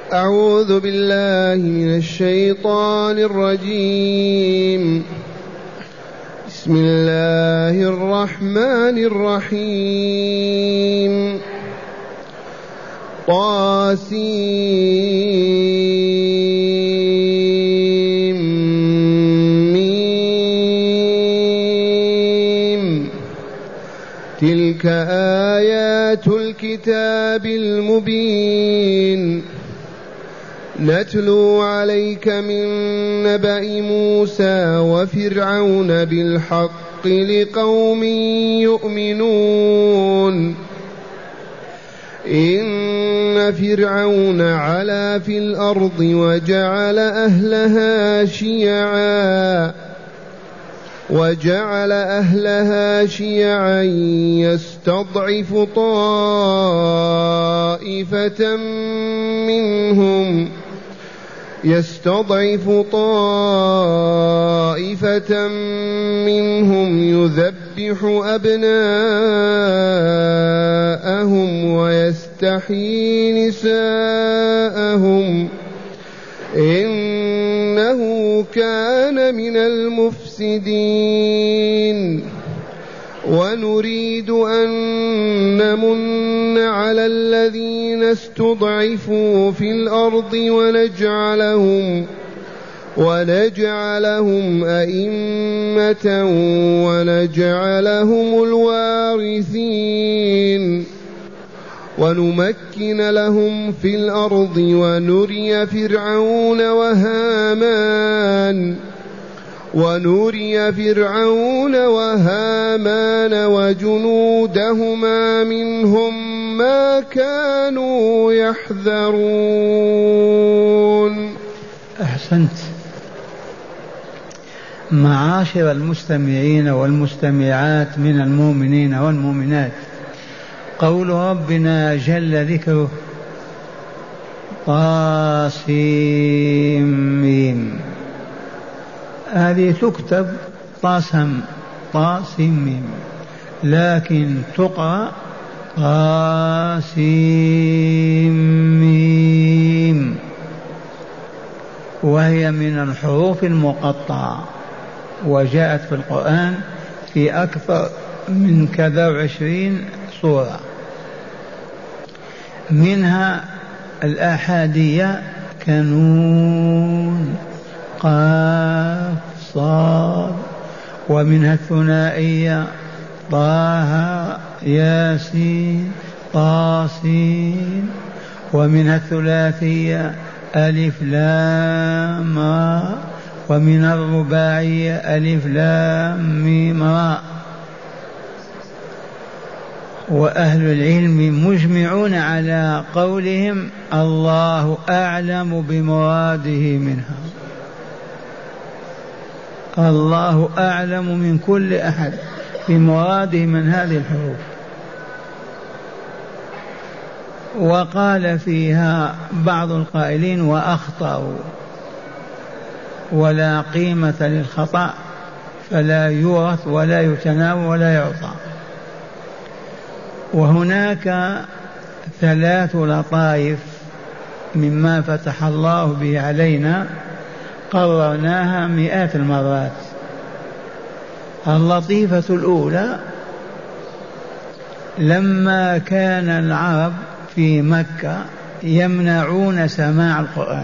أعوذ بالله من الشيطان الرجيم. بسم الله الرحمن الرحيم. طاسيم. تلك آيات الكتاب المبين نتلو عليك من نبأ موسى وفرعون بالحق لقوم يؤمنون. إن فرعون علا في الأرض وجعل أهلها شيعا يستضعف طائفة منهم يذبح أبناءهم ويستحيي نساءهم إنه كان من المفسدين. ونريد أن نمن على الذين استضعفوا في الأرض ونجعلهم أئمة ونجعلهم الوارثين ونمكن لهم في الأرض ونري فرعون وهامان وجنودهما منهم ما كانوا يحذرون. أحسنت. معاشر المستمعين والمستمعات من المؤمنين والمؤمنات، قول ربنا جل ذكره طاسيم، هذه تكتب طاسيم لكن تقرأ طاسيم، وهي من الحروف المقطعة، وجاءت في القرآن في أكثر من 20 سورة، منها الآحادية كنون قاف صاد، ومنها الثنائية طه ياسين طاسين، ومنها الثلاثية ألف لام را، ومن الرباعية ألف لام ميم را. وأهل العلم مجمعون على قولهم الله أعلم بمراده منها، الله أعلم من كل أحد بمراده من هذه الحروف. وقال فيها بعض القائلين وأخطأوا، ولا قيمة للخطأ فلا يورث ولا يتناول ولا يعطى. وهناك 3 لطائف مما فتح الله به علينا قررناها مئات المرات. اللطيفة الأولى: لما كان العرب في مكة يمنعون سماع القرآن،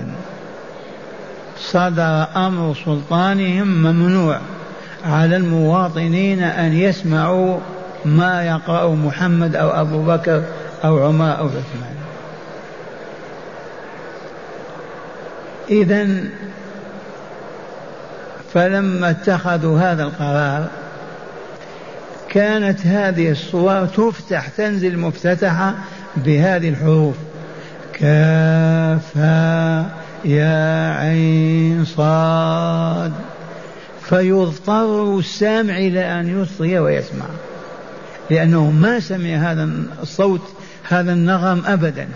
صدر أمر سلطانهم ممنوع على المواطنين أن يسمعوا ما يقرأ محمد أو أبو بكر أو عمر أو عثمان. إذن فلما اتخذوا هذا القرار كانت هذه الصور تفتح، تنزل مفتتحة بهذه الحروف كافها يا عين صاد، فيضطر السامع إلى أن يصغي ويسمع، لأنه ما سمع هذا الصوت هذا النغم أبدا.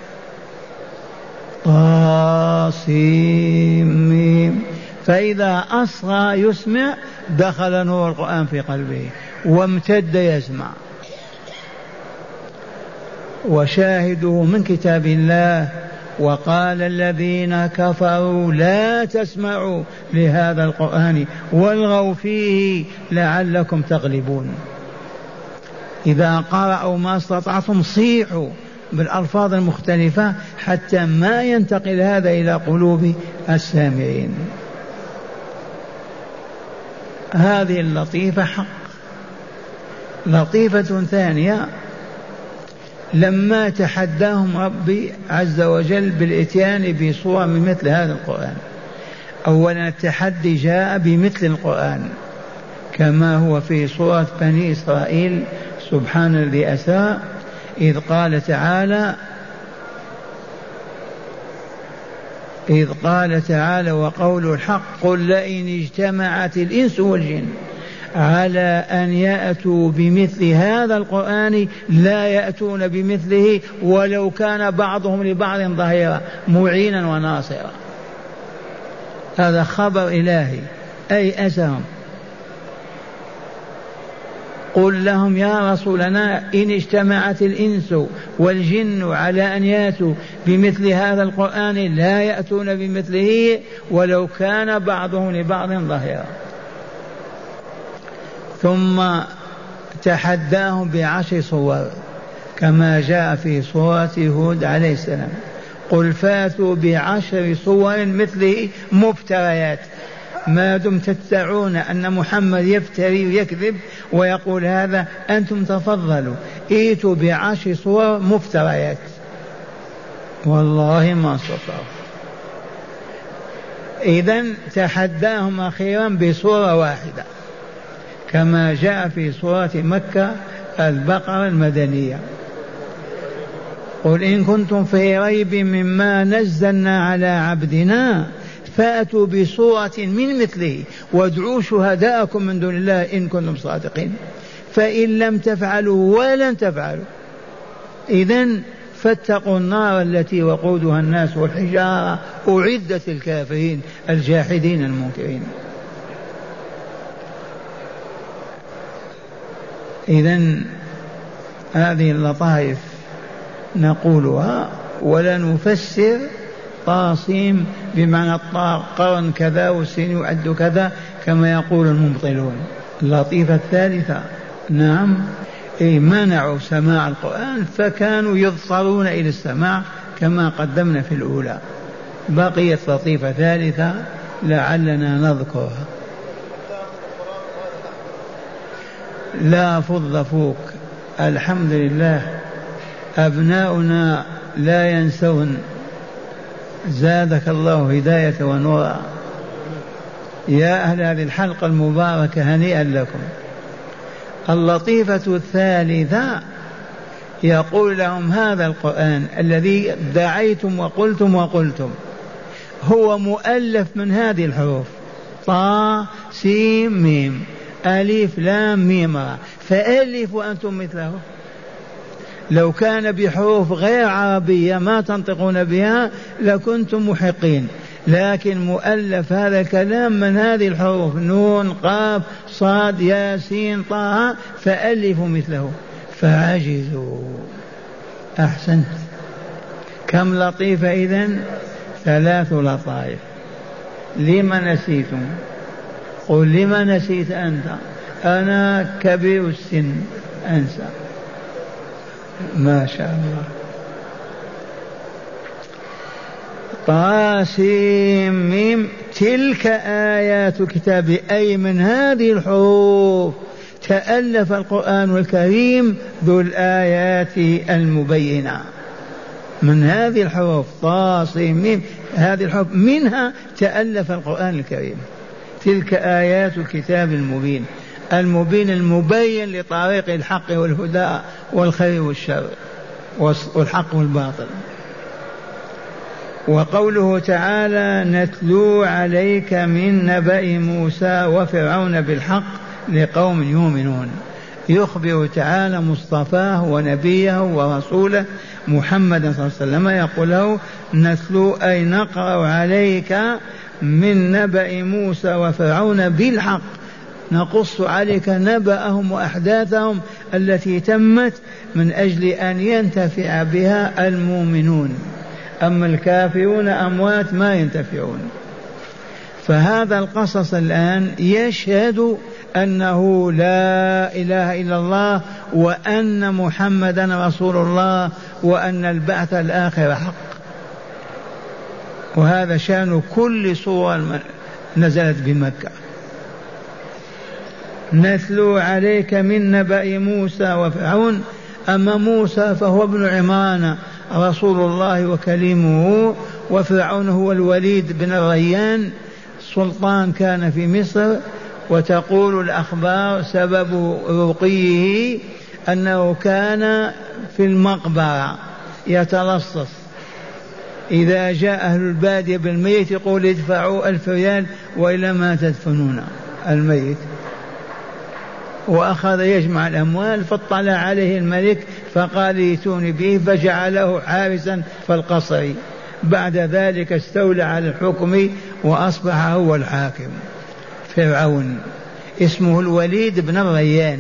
طاسيم، فإذا أصغى يسمع دخل نور القرآن في قلبه وامتد يسمع. وشاهدوا من كتاب الله وقال الذين كفروا لا تسمعوا لهذا القرآن والغوا فيه لعلكم تغلبون. إذا قرأوا ما استطعتم صيحوا بالألفاظ المختلفة حتى ما ينتقل هذا إلى قلوب السامعين. هذه اللطيفة حق. لطيفة ثانية، لما تحداهم ربي عز وجل بالإتيان بصورة من مثل هذا القرآن، أولا التحدي جاء بمثل القرآن كما هو في سورة بني إسرائيل سبحان الذي أسرى، إذ قال تعالى وقول الحق قل لئن اجتمعت الإنس والجن على أن يأتوا بمثل هذا القرآن لا يأتون بمثله ولو كان بعضهم لبعض ظهيرا معينا وناصرا. هذا خبر إلهي أي أسهم. قل لهم يا رسولنا إن اجتمعت الإنس والجن على أن يأتوا بمثل هذا القرآن لا يأتون بمثله ولو كان بعضهم لبعض ظهيرا. ثم تحداهم ب10 صور كما جاء في سورة هود عليه السلام، قل فاتوا ب10 صور مثله مفتريات. ما دم تدعون أن محمد يفتري ويكذب ويقول هذا، أنتم تفضلوا ائتوا ب10 صور مفتريات والله ما استطاعوا. إذن تحداهم أخيرا بصورة واحدة كما جاء في سورة مكة البقرة المدنية، قل إن كنتم في ريب مما نزلنا على عبدنا فأتوا بصورة من مثله وادعوا شهداءكم من دون الله إن كنتم صادقين، فإن لم تفعلوا ولن تفعلوا إذن فاتقوا النار التي وقودها الناس والحجارة أعدت الكافرين الجاحدين المنكرين. إذن هذه اللطائف نقولها ولا نفسر طاسيم بمعنى الطاق قرن كذا والسين يعد كذا كما يقول المبطلون. اللطيفة الثالثة، نعم، منعوا سماع القرآن فكانوا يضطرون إلى السماع كما قدمنا في الأولى. بقيت لطيفة ثالثة لعلنا نذكرها. لا فض فوق، الحمد لله أبناؤنا لا ينسون، زادك الله هداية ونورا. يا أهل هذه الحلقة المباركة هنيئا لكم. اللطيفة الثالثة يقول لهم هذا القرآن الذي دعيتم وقلتم هو مؤلف من هذه الحروف طا سين ميم ألف لام ميم را، فألفوا أنتم مثله. لو كان بحروف غير عربية ما تنطقون بها لكنتم محقين، لكن مؤلف هذا الكلام من هذه الحروف نون قاف صاد ياسين طه، فألفوا مثله فعجزوا. أحسنت. كم لطيفة إذن؟ 3 لطائف. لما نسيتم؟ قل لما نسيت أنت؟ أنا كبير السن أنسى. ما شاء الله. طاسيم ميم تلك آيات كتاب، أي من هذه الحروف تألف القرآن الكريم ذو الآيات المبينة. من هذه الحروف طاسيم ميم، هذه الحروف منها تألف القرآن الكريم. تلك آيات الكتاب المبين، المبين المبين لطريق الحق والهدى والخير والشر والحق والباطل. وقوله تعالى نتلو عليك من نبأ موسى وفرعون بالحق لقوم يؤمنون، يخبر تعالى مصطفاه ونبيه ورسوله محمد صلى الله عليه وسلم، يقول له نتلو أي نقرأ عليك من نبأ موسى وفرعون بالحق، نقص عليك نبأهم وأحداثهم التي تمت من أجل أن ينتفع بها المؤمنون أما الكافرون أموات ما ينتفعون. فهذا القصص الآن يشهد أنه لا إله إلا الله وأن محمدا رسول الله وأن البعث الآخر حق. وهذا شأن كل سورة نزلت بمكة. نتلو عليك من نبأ موسى وفرعون. أما موسى فهو ابن عمران رسول الله وكليمه، وفرعون هو الوليد بن الريان سلطان كان في مصر. وتقول الأخبار سبب رقيه أنه كان في المقبرة يتلصص، إذا جاء أهل البادية بالميت يقول ادفعوا 1000 ريال وإلا ما تدفنون الميت، وأخذ يجمع الأموال. فاطلع عليه الملك فقال ائتوني به، فجعله حارسا في القصر. بعد ذلك استولى على الحكم وأصبح هو الحاكم. فرعون اسمه الوليد بن الريان.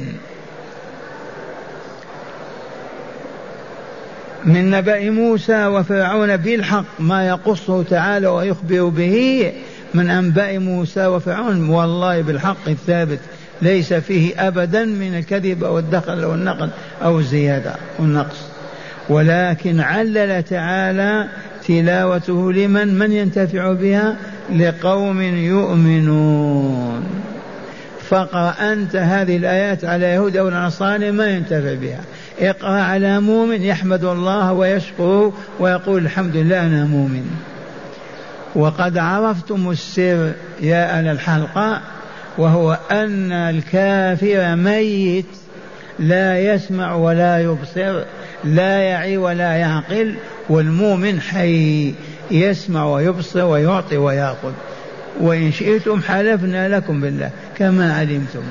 من نبأ موسى وفرعون بالحق ما يقصه تعالى ويخبر به من أنباء موسى وفرعون والله بالحق الثابت، ليس فيه أبدا من الكذب أو الدخل أو النقل أو الزيادة والنقص. ولكن علل تعالى تلاوته لمن من ينتفع بها؟ لقوم يؤمنون. فاقرأ أنت هذه الآيات على يهود أو النصارى ما ينتفع بها، اقرأ على مؤمن يحمد الله ويشكر ويقول الحمد لله أنا مؤمن. وقد عرفتم السر يا أهل الحلقة، وهو أن الكافر ميت لا يسمع ولا يبصر، لا يعي ولا يعقل، والمؤمن حي يسمع ويبصر ويعطي ويأخذ. وإن شئتم حلفنا لكم بالله كما علمتم.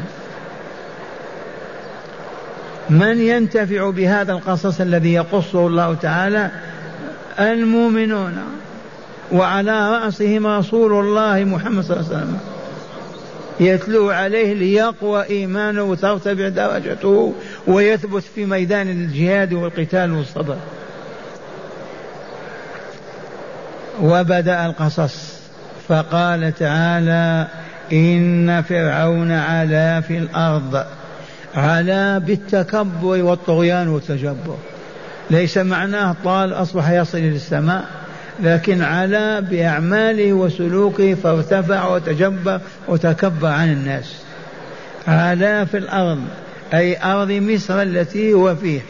من ينتفع بهذا القصص الذي يقصه الله تعالى؟ المؤمنون، وعلى رأسهم رسول الله محمد صلى الله عليه وسلم يتلو عليه ليقوى إيمانه وترتفع درجته ويثبت في ميدان الجهاد والقتال والصبر. وبدأ القصص فقال تعالى إن فرعون علا في الأرض. علا بالتكبر والطغيان والتجبر، ليس معناه طال أصبح يصل إلى السماء، لكن علا بأعماله وسلوكه فارتفع وتجبر وتكبر عن الناس. علا في الأرض أي أرض مصر التي هو فيها،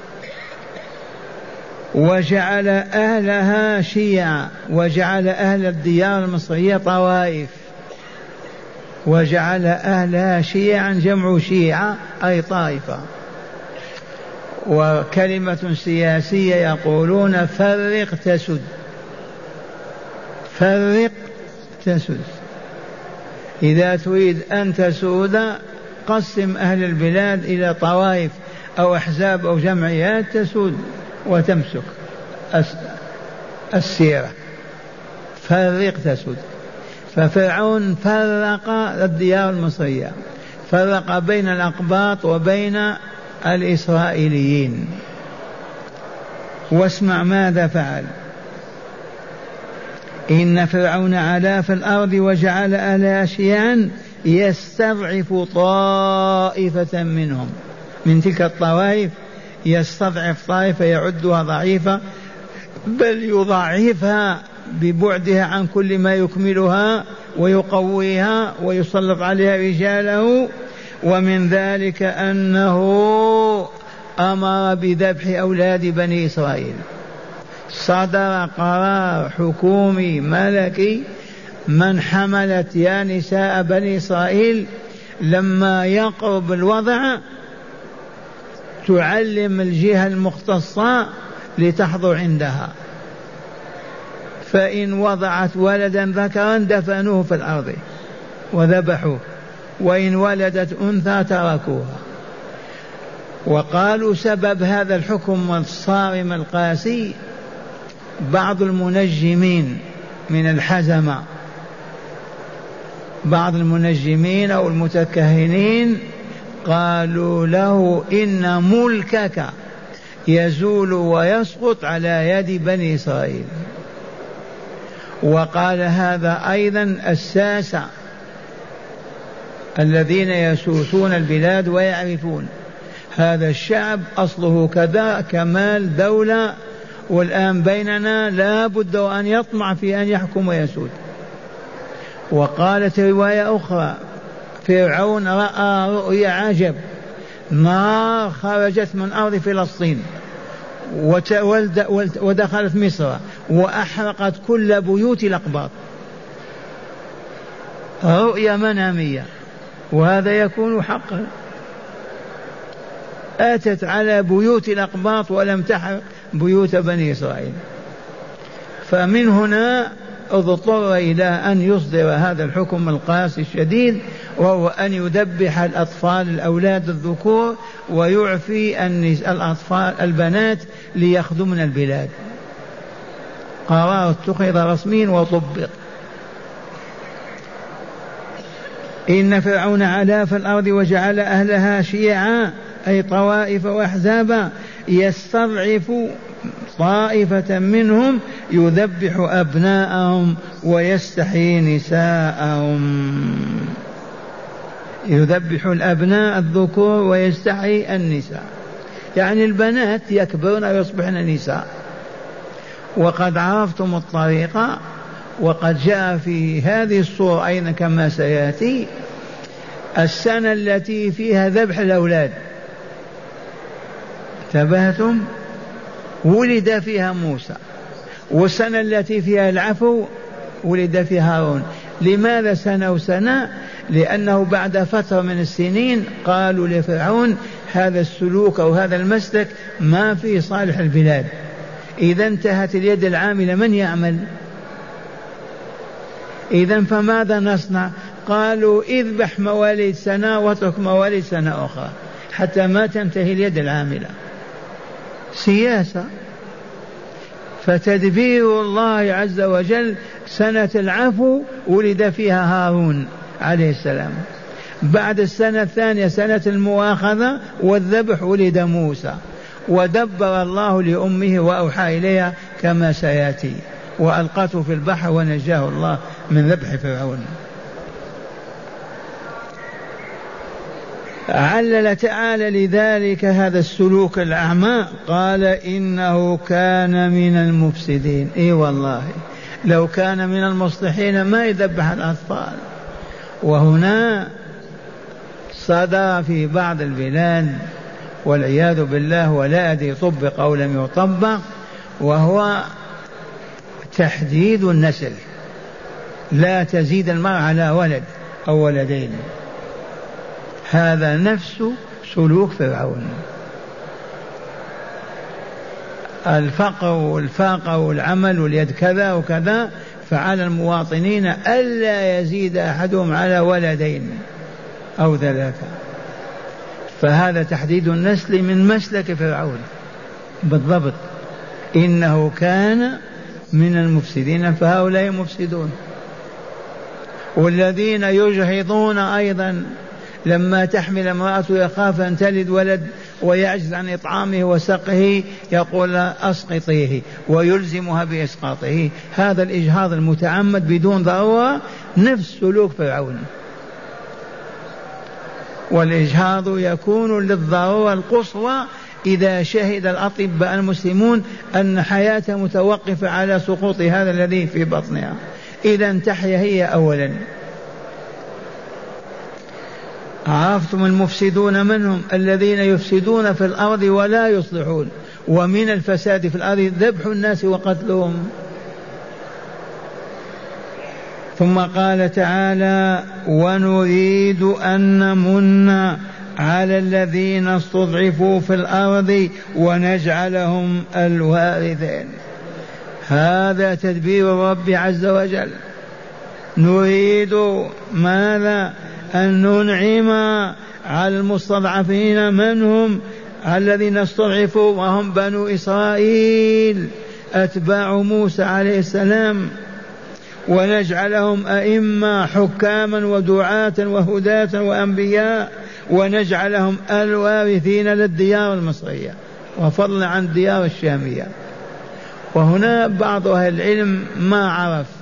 وجعل أهلها شيعا، وجعل أهل الديار المصرية طوائف، وجعل أهلها شيعا جمع شيعة أي طائفة. وكلمة سياسية يقولون فرق تسد، فرق تسد. إذا تريد أن تسود قسم أهل البلاد إلى طوائف أو أحزاب أو جمعيات تسود وتمسك السيرة. فرق تسد. ففرعون فرق الديار المصرية، فرق بين الأقباط وبين الإسرائيليين. واسمع ماذا فعل. إن فرعون علا في الأرض وجعل أهلها شيعا يستضعف طائفة منهم، من تلك الطوائف يستضعف طائفة يعدها ضعيفة، بل يضعفها ببعدها عن كل ما يكملها ويقويها ويسلط عليها رجاله. ومن ذلك أنه أمر بذبح أولاد بني إسرائيل. صدر قرار حكومي ملكي من حملت يا نساء بني إسرائيل لما يقرب الوضع تعلم الجهة المختصة لتحضر عندها، فإن وضعت ولدا ذكرا دفنوه في الأرض وذبحوه، وإن ولدت أنثى تركوها. وقالوا سبب هذا الحكم الصارم القاسي بعض المنجمين من الحزمة، بعض المنجمين أو المتكهنين قالوا له إن ملكك يزول ويسقط على يد بني إسرائيل. وقال هذا أيضا الساسة الذين يسوسون البلاد ويعرفون هذا الشعب أصله كذا كمال دولة، والآن بيننا لا بد أن يطمع في أن يحكم ويسود. وقالت رواية أخرى فرعون رأى رؤيا عجب، نار خرجت من أرض فلسطين ودخلت مصر وأحرقت كل بيوت الأقباط. رؤيا منامية، وهذا يكون حقا. أتت على بيوت الأقباط ولم تحرق بيوت بني إسرائيل. فمن هنا اضطر إلى أن يصدر هذا الحكم القاسي الشديد، وهو أن يذبح الأطفال الأولاد الذكور ويعفي الأطفال البنات ليخدمن البلاد. قرار اتخذ رسميا وطبق. إن فرعون علا في الأرض وجعل أهلها شيعا أي طوائف وأحزابا يستضعف طائفة منهم يذبح أبناءهم ويستحيي نساءهم. يذبح الأبناء الذكور ويستحيي النساء، يعني البنات يكبرن ويصبحن نساء. وقد عرفتم الطريقة، وقد جاء في هذه الصورة أيضا كما سيأتي السنة التي فيها ذبح الأولاد، انتبهتم؟ ولد فيها موسى، والسنة التي فيها العفو ولد فيها هارون. لماذا سنة وسنة؟ لأنه بعد فترة من السنين قالوا لفرعون هذا السلوك أو هذا المسلك ما في صالح البلاد، إذا انتهت اليد العاملة من يعمل؟ إذا فماذا نصنع؟ قالوا اذبح مواليد سنة واترك مواليد سنة أخرى حتى ما تنتهي اليد العاملة. سياسة. فتدبير الله عز وجل سنة العفو ولد فيها هارون عليه السلام، بعد السنة الثانية سنة المؤاخذة والذبح ولد موسى، ودبر الله لأمه وأوحى إليها كما سيأتي، وألقته في البحر ونجاه الله من ذبح فرعون. علل تعالى لذلك هذا السلوك الأعمى، قال إنه كان من المفسدين. إي والله لو كان من المصلحين ما يذبح الأطفال. وهنا صدر في بعض البلاد والعياذ بالله، ولا أدري طبق أو لم يطبق، وهو تحديد النسل، لا تزيد المرء على ولد أو ولدين. هذا نفس سلوك فرعون. الفقر والفاقة والعمل واليد كذا وكذا، فعلى المواطنين ألا يزيد أحدهم على ولدين أو ثلاثة. فهذا تحديد النسل من مسلك فرعون بالضبط. إنه كان من المفسدين، فهؤلاء مفسدون. والذين يجهضون أيضا، لما تحمل امرأة يخاف أن تلد ولد ويعجز عن إطعامه وسقه يقول أسقطيه ويلزمها بإسقاطه. هذا الإجهاض المتعمد بدون ضرورة نفس سلوك فرعون. والإجهاض يكون للضرورة القصوى إذا شهد الأطباء المسلمون أن حياتها متوقفة على سقوط هذا الذي في بطنها، إذا تحيا هي أولا. عرفتم المفسدون منهم؟ الذين يفسدون في الأرض ولا يصلحون. ومن الفساد في الأرض ذبح الناس وقتلهم. ثم قال تعالى ونريد أن نمن على الذين استضعفوا في الأرض ونجعلهم الوارثين. هذا تدبير الرب عز وجل. نريد ماذا؟ أن ننعم على المستضعفين، من هم؟ الذين استضعفوا وهم بنو إسرائيل أتباع موسى عليه السلام، ونجعلهم أئمة حكاما ودعاة وهداة وأنبياء، ونجعلهم الوارثين للديار المصرية وفضلا عن الديار الشامية. وهنا بعض أهل العلم ما عرف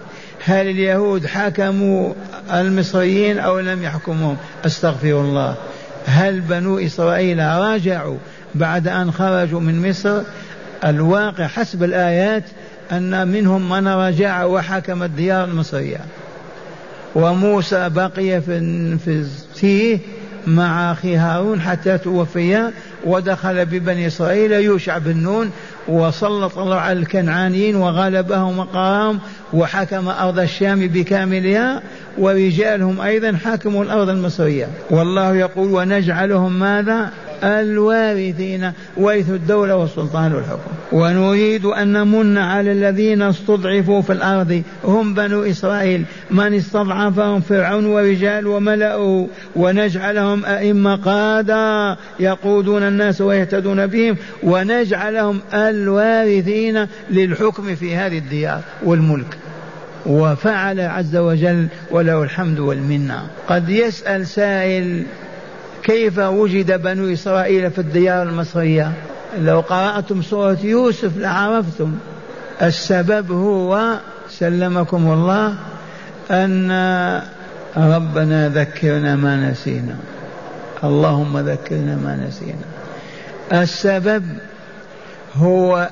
هل اليهود حكموا المصريين أو لم يحكموهم؟ استغفر الله. هل بنو إسرائيل راجعوا بعد أن خرجوا من مصر؟ الواقع حسب الآيات أن منهم من رجع وحكم الديار المصرية، وموسى بقي فيه مع أخي هارون حتى توفي، ودخل ببني إسرائيل يوشع بن نون وسلط الله على الكنعانيين وغلبهم وقاهم وحكم أرض الشام بكاملها، ورجالهم أيضا حكموا الأرض المصرية. والله يقول ونجعلهم ماذا؟ الوارثين، ورثوا الدولة والسلطان والحكم. ونريد أن نمن على الذين استضعفوا في الأرض، هم بنو إسرائيل، من استضعفهم فرعون ورجال وملأه، ونجعلهم أئمة قادة يقودون الناس ويهتدون بهم، ونجعلهم الوارثين للحكم في هذه الديار والملك. وفعل عز وجل وله الحمد والمنة. قد يسأل سائل كيف وجد بنو إسرائيل في الديار المصرية؟ لو قرأتم سورة يوسف لعرفتم. السبب هو سلمكم الله أن ربنا ذكرنا ما نسينا، اللهم ذكرنا ما نسينا. السبب هو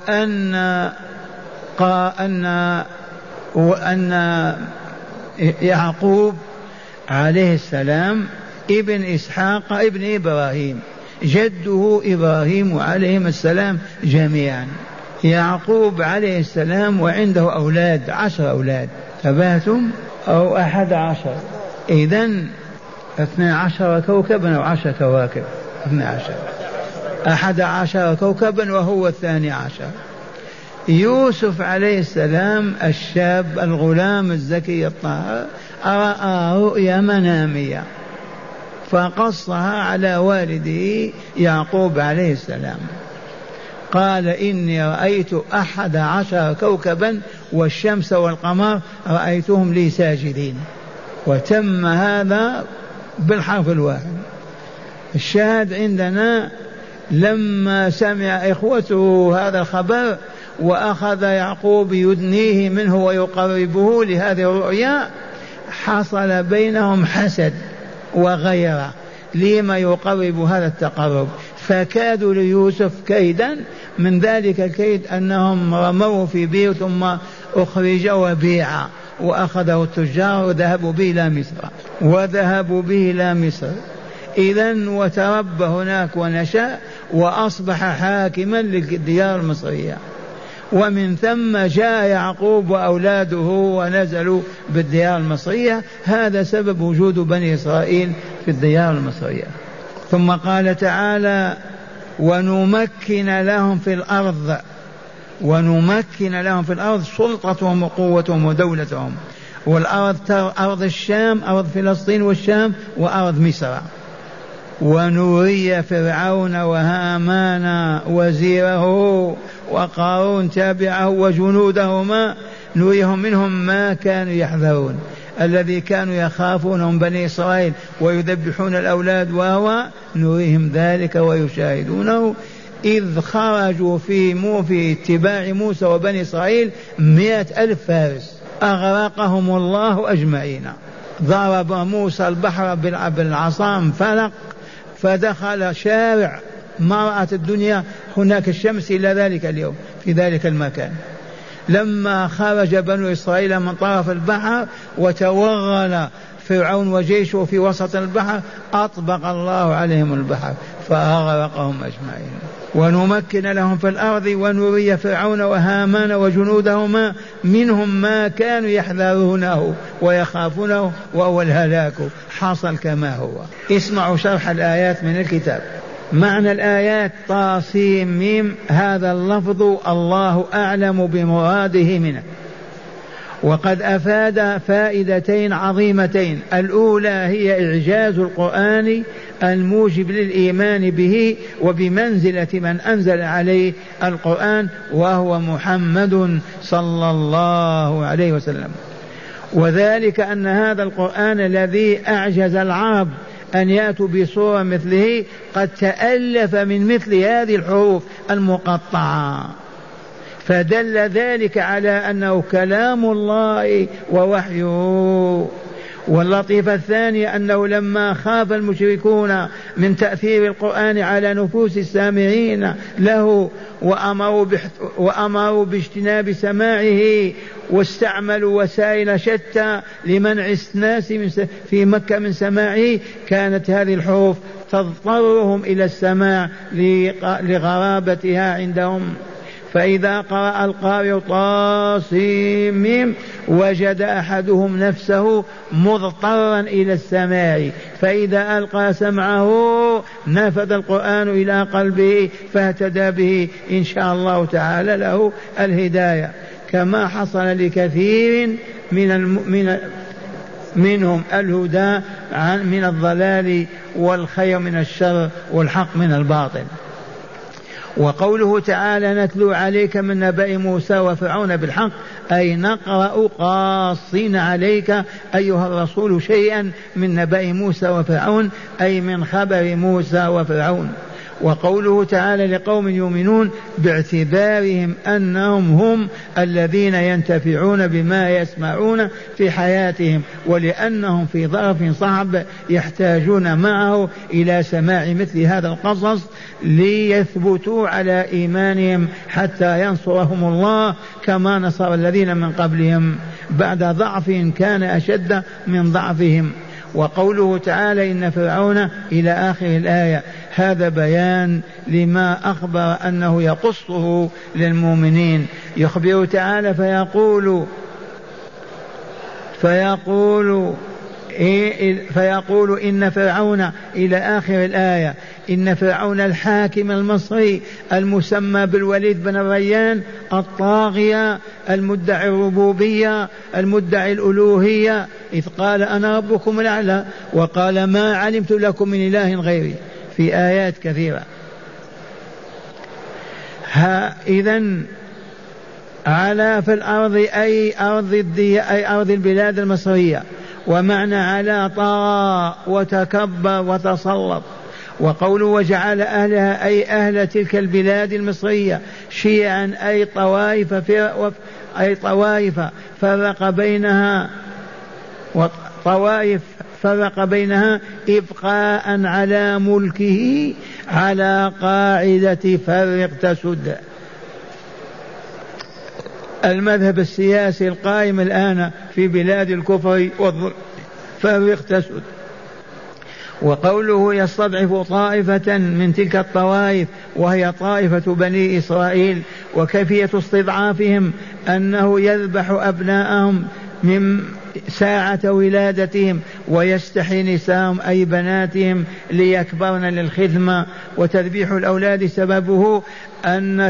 أن يعقوب عليه السلام ابن إسحاق ابن إبراهيم، جده إبراهيم عليهم السلام جميعا. يعقوب عليه السلام وعنده أولاد 10 أولاد، تبهتم؟ أو 11، إذن 12 كوكبا أو 10 كواكب، 11 كوكبا وهو 12. يوسف عليه السلام الشاب الغلام الزكي الطاهر رأى رؤيا منامية فقصها على والده يعقوب عليه السلام، قال إني رأيت 11 كوكبا والشمس والقمر رأيتهم لي ساجدين. وتم هذا بالحرف الواحد. الشاهد عندنا لما سمع إخوته هذا الخبر وأخذ يعقوب يدنيه منه ويقربه لهذه الرؤيا، حصل بينهم حسد وغيرة لما يقرب هذا التقرب، فكادوا ليوسف كيدا. من ذلك الكيد أنهم رموه في بئر ثم أخرج وبيع وأخذه التجار وذهبوا به إلى مصر. إذن وتربى هناك ونشأ وأصبح حاكما للديار المصرية، ومن ثم جاء يعقوب وأولاده ونزلوا بالديار المصرية. هذا سبب وجود بني إسرائيل في الديار المصرية. ثم قال تعالى ونمكن لهم في الأرض سلطتهم وقوتهم ودولتهم. والأرض أرض الشام، أرض فلسطين والشام وأرض مصر. ونري فرعون وهامان وزيره وقارون تابعه وجنودهما، نريهم منهم ما كانوا يحذرون، الذي كانوا يخافونهم بني إسرائيل ويذبحون الأولاد، وهو نريهم ذلك ويشاهدونه. إذ خرجوا في اتباع موسى وبني إسرائيل 100,000 فارس، أغرقهم الله أجمعين. ضرب موسى البحر بالعصا انفلق فدخل شارع ما رأت الدنيا هناك الشمس إلى ذلك اليوم في ذلك المكان. لما خرج بنو إسرائيل من طرف البحر وتوغل فرعون وجيشه في وسط البحر، أطبق الله عليهم البحر فأغرقهم أجمعين. ونمكن لهم في الأرض ونري فرعون وهامان وجنودهما منهم ما كانوا يحذرونه ويخافونه، وهو الهلاك حصل كما هو. اسمعوا شرح الآيات من الكتاب. معنى الآيات طاسيم ميم، هذا اللفظ الله أعلم بمراده منه، وقد أفاد فائدتين عظيمتين. الأولى هي إعجاز القرآن الموجب للإيمان به وبمنزلة من أنزل عليه القرآن وهو محمد صلى الله عليه وسلم، وذلك أن هذا القرآن الذي أعجز العرب أن يأتوا بصورة مثله قد تألف من مثل هذه الحروف المقطعة، فدل ذلك على أنه كلام الله ووحيه. واللطيفة الثانية أنه لما خاف المشركون من تأثير القرآن على نفوس السامعين له وأمروا باجتناب سماعه واستعملوا وسائل شتى لمنع الناس في مكة من سماعه، كانت هذه الحروف تضطرهم إلى السماع لغرابتها عندهم. فإذا قرأ القارئ طاسيم وجد أحدهم نفسه مضطرا إلى السماع، فإذا ألقى سمعه نفذ القرآن إلى قلبه فاهتدى به إن شاء الله تعالى له الهداية، كما حصل لكثير منهم الهدى من الضلال والخير من الشر والحق من الباطل. وقوله تعالى نتلو عليك من نبأ موسى وفرعون بالحق، أي نقرأ قاصين عليك أيها الرسول شيئا من نبأ موسى وفرعون، أي من خبر موسى وفرعون. وقوله تعالى لقوم يؤمنون باعتبارهم أنهم هم الذين ينتفعون بما يسمعون في حياتهم، ولأنهم في ظرف صعب يحتاجون معه إلى سماع مثل هذا القصص ليثبتوا على إيمانهم حتى ينصرهم الله كما نصر الذين من قبلهم بعد ضعف كان أشد من ضعفهم. وقوله تعالى إن فرعون إلى آخر الآية، هذا بيان لما أخبر أنه يقصه للمؤمنين. يخبر تعالى فيقول إن فرعون إلى آخر الآية، إن فرعون الحاكم المصري المسمى بالوليد بن الريان الطاغية المدعي الربوبية المدعي الألوهية، إذ قال أنا ربكم الأعلى وقال ما علمت لكم من إله غيري في آيات كثيرة. إذن على في الأرض أي أرض البلاد المصرية، ومعنى على طاغى وتكبر وتسلط. وقوله وجعل أهلها أي أهل تلك البلاد المصرية شيعا أي طوائف فرق بينها إبقاء على ملكه على قاعدة فرق تسد، المذهب السياسي القائم الآن في بلاد الكفر والظلم، فرق تسد. وقوله يستضعف طائفة من تلك الطوائف وهي طائفة بني إسرائيل، وكيفية استضعافهم أنه يذبح أبناءهم من ساعة ولادتهم ويستحي نساءهم أي بناتهم ليكبرن للخدمة. وتذبيح الأولاد سببه أن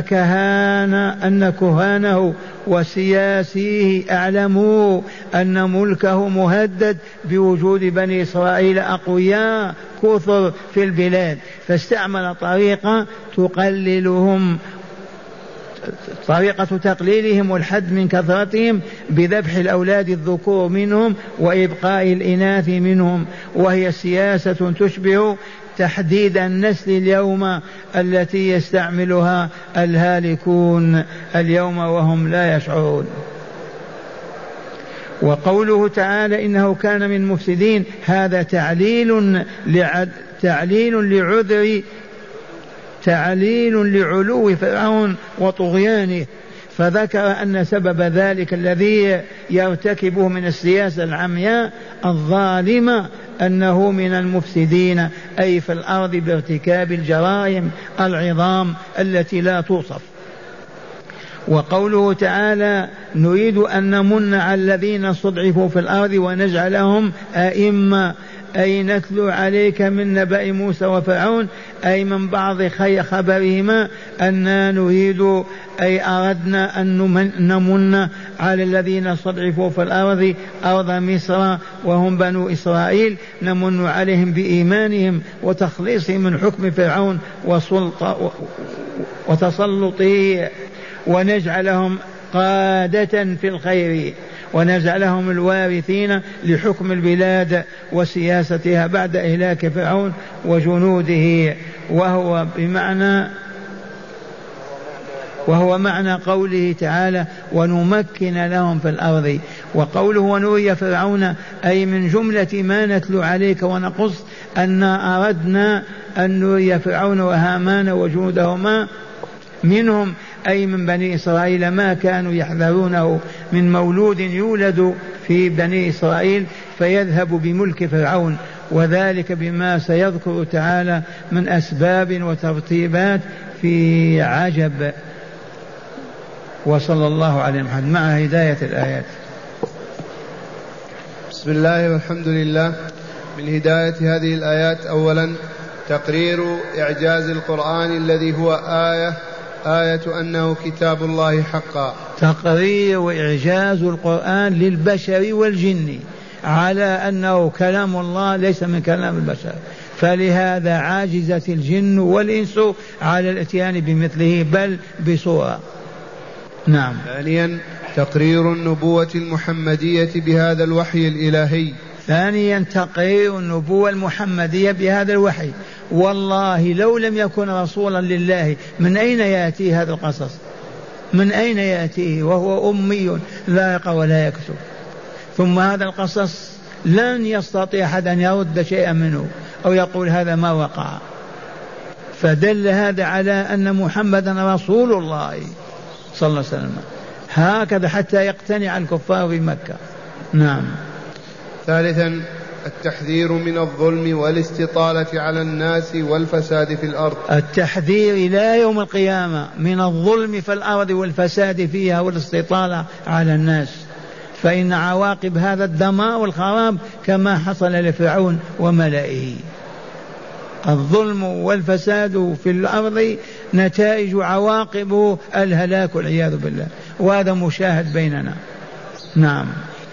كهانه وسياسيه أعلموا أن ملكه مهدد بوجود بني إسرائيل أقوياء كثر في البلاد، فاستعمل طريقة تقليلهم والحد من كثرتهم بذبح الأولاد الذكور منهم وإبقاء الإناث منهم، وهي سياسة تشبه تحديد النسل اليوم التي يستعملها الهالكون اليوم وهم لا يشعرون. وقوله تعالى إنه كان من المفسدين، هذا تعليل لعلو فرعون وطغيانه، فذكر أن سبب ذلك الذي يرتكبه من السياسة العمياء الظالمة أنه من المفسدين أي في الأرض بارتكاب الجرائم العظام التي لا توصف. وقوله تعالى نريد أن نمن على الذين استضعفوا في الأرض ونجعلهم أئمة، أي نتلو عليك من نبأ موسى وفرعون، أي من بعض خبرهما أننا نريد أي أردنا أن نمن على الذين استضعفوا في الأرض أرض مصر وهم بنو إسرائيل، نمن عليهم بإيمانهم وتخليصهم من حكم فرعون وتسلطه، ونجعلهم قادة في الخير، ونجعلهم الوارثين لحكم البلاد وسياستها بعد إهلاك فرعون وجنوده، وهو بمعنى وهو معنى قوله تعالى ونمكن لهم في الأرض. وقوله ونري فرعون أي من جملة ما نتلو عليك ونقص أن أردنا أن نري فرعون وهامان وجنودهما منهم أي من بني إسرائيل ما كانوا يحذرونه من مولود يولد في بني إسرائيل فيذهب بملك فرعون، وذلك بما سيذكر تعالى من أسباب وترتيبات في عجب. وصلى الله على محمد مع هداية الآيات. بسم الله والحمد لله. من هداية هذه الآيات أولا تقرير إعجاز القرآن الذي هو آية أنه كتاب الله حقا. تقرير وإعجاز القرآن للبشر والجن على أنه كلام الله ليس من كلام البشر، فلهذا عاجزت الجن والإنس على الاتيان بمثله بل بصورة. نعم. ثانيا تقرير النبوة المحمدية بهذا الوحي الإلهي. ثانيا تقرير النبوة المحمدية بهذا الوحي. والله لو لم يكن رسولا لله من أين يأتي هذا القصص؟ من أين يأتيه وهو أمي لا يقرأ ولا يكتب؟ ثم هذا القصص لن يستطيع أحد أن يرد شيئا منه أو يقول هذا ما وقع. فدل هذا على أن محمدا رسول الله صلى الله عليه وسلم، هكذا حتى يقتنع الكفار في مكة. نعم. ثالثا التحذير من الظلم والاستطالة على الناس والفساد في الأرض. التحذير إلى يوم القيامة من الظلم في الأرض والفساد فيها والاستطالة على الناس، فإن عواقب هذا الدمار والخراب كما حصل لفرعون وملئه. الظلم والفساد في الأرض نتائج عواقبه الهلاك والعياذ بالله، وهذا مشاهد بيننا. نعم.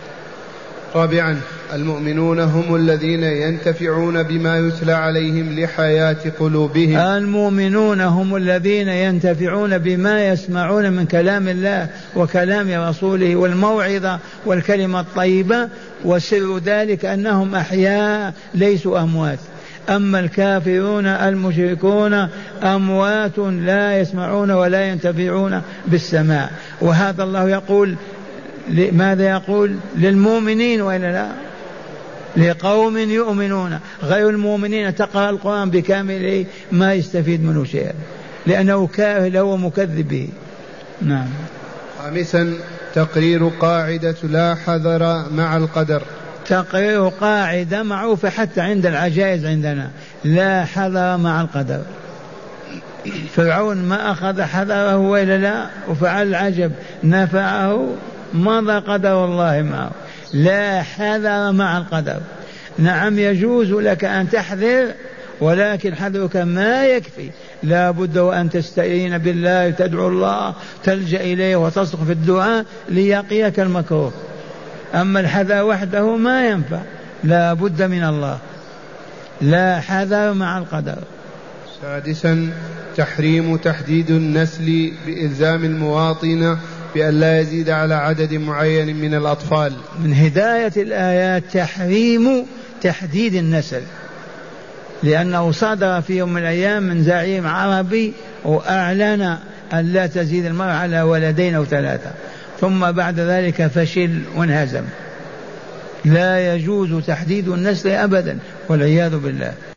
رابعا المؤمنون هم الذين ينتفعون بما يتلى عليهم لحياة قلوبهم. المؤمنون هم الذين ينتفعون بما يسمعون من كلام الله وكلام رسوله والموعظة والكلمة الطيبة، وسر ذلك أنهم أحياء ليسوا أموات. أما الكافرون المشركون أموات لا يسمعون ولا ينتفعون بالسماع. وهذا الله يقول ماذا يقول للمؤمنين وإلا لا؟ لقوم يؤمنون. غير المؤمنين تقرأ القرآن بكامله ما يستفيد منه شيئا لأنه كاهل ومكذب به. نعم. خامسا تقرير قاعدة لا حذر مع القدر. تقرير قاعدة معروفة حتى عند العجائز عندنا، لا حذر مع القدر. فرعون ما أخذ حذره وإلا لا؟ وفعل العجب نفعه، مضى قدر الله معه. لا حذر مع القدر. نعم يجوز لك أن تحذر، ولكن حذرك ما يكفي، لا بد وأن تستعين بالله، تدعو الله، تلجأ إليه وتصرف في الدعاء ليقيك المكروه. أما الحذر وحده ما ينفع، لا بد من الله. لا حذر مع القدر. سادسا تحريم تحديد النسل بإلزام المواطن بأن لا يزيد على عدد معين من الأطفال. من هداية الآيات تحريم تحديد النسل، لأنه صدر في يوم من الأيام من زعيم عربي وأعلن أن لا تزيد المرأة على ولدين أو ثلاثة، ثم بعد ذلك فشل وانهزم. لا يجوز تحديد النسل أبدا والعياذ بالله.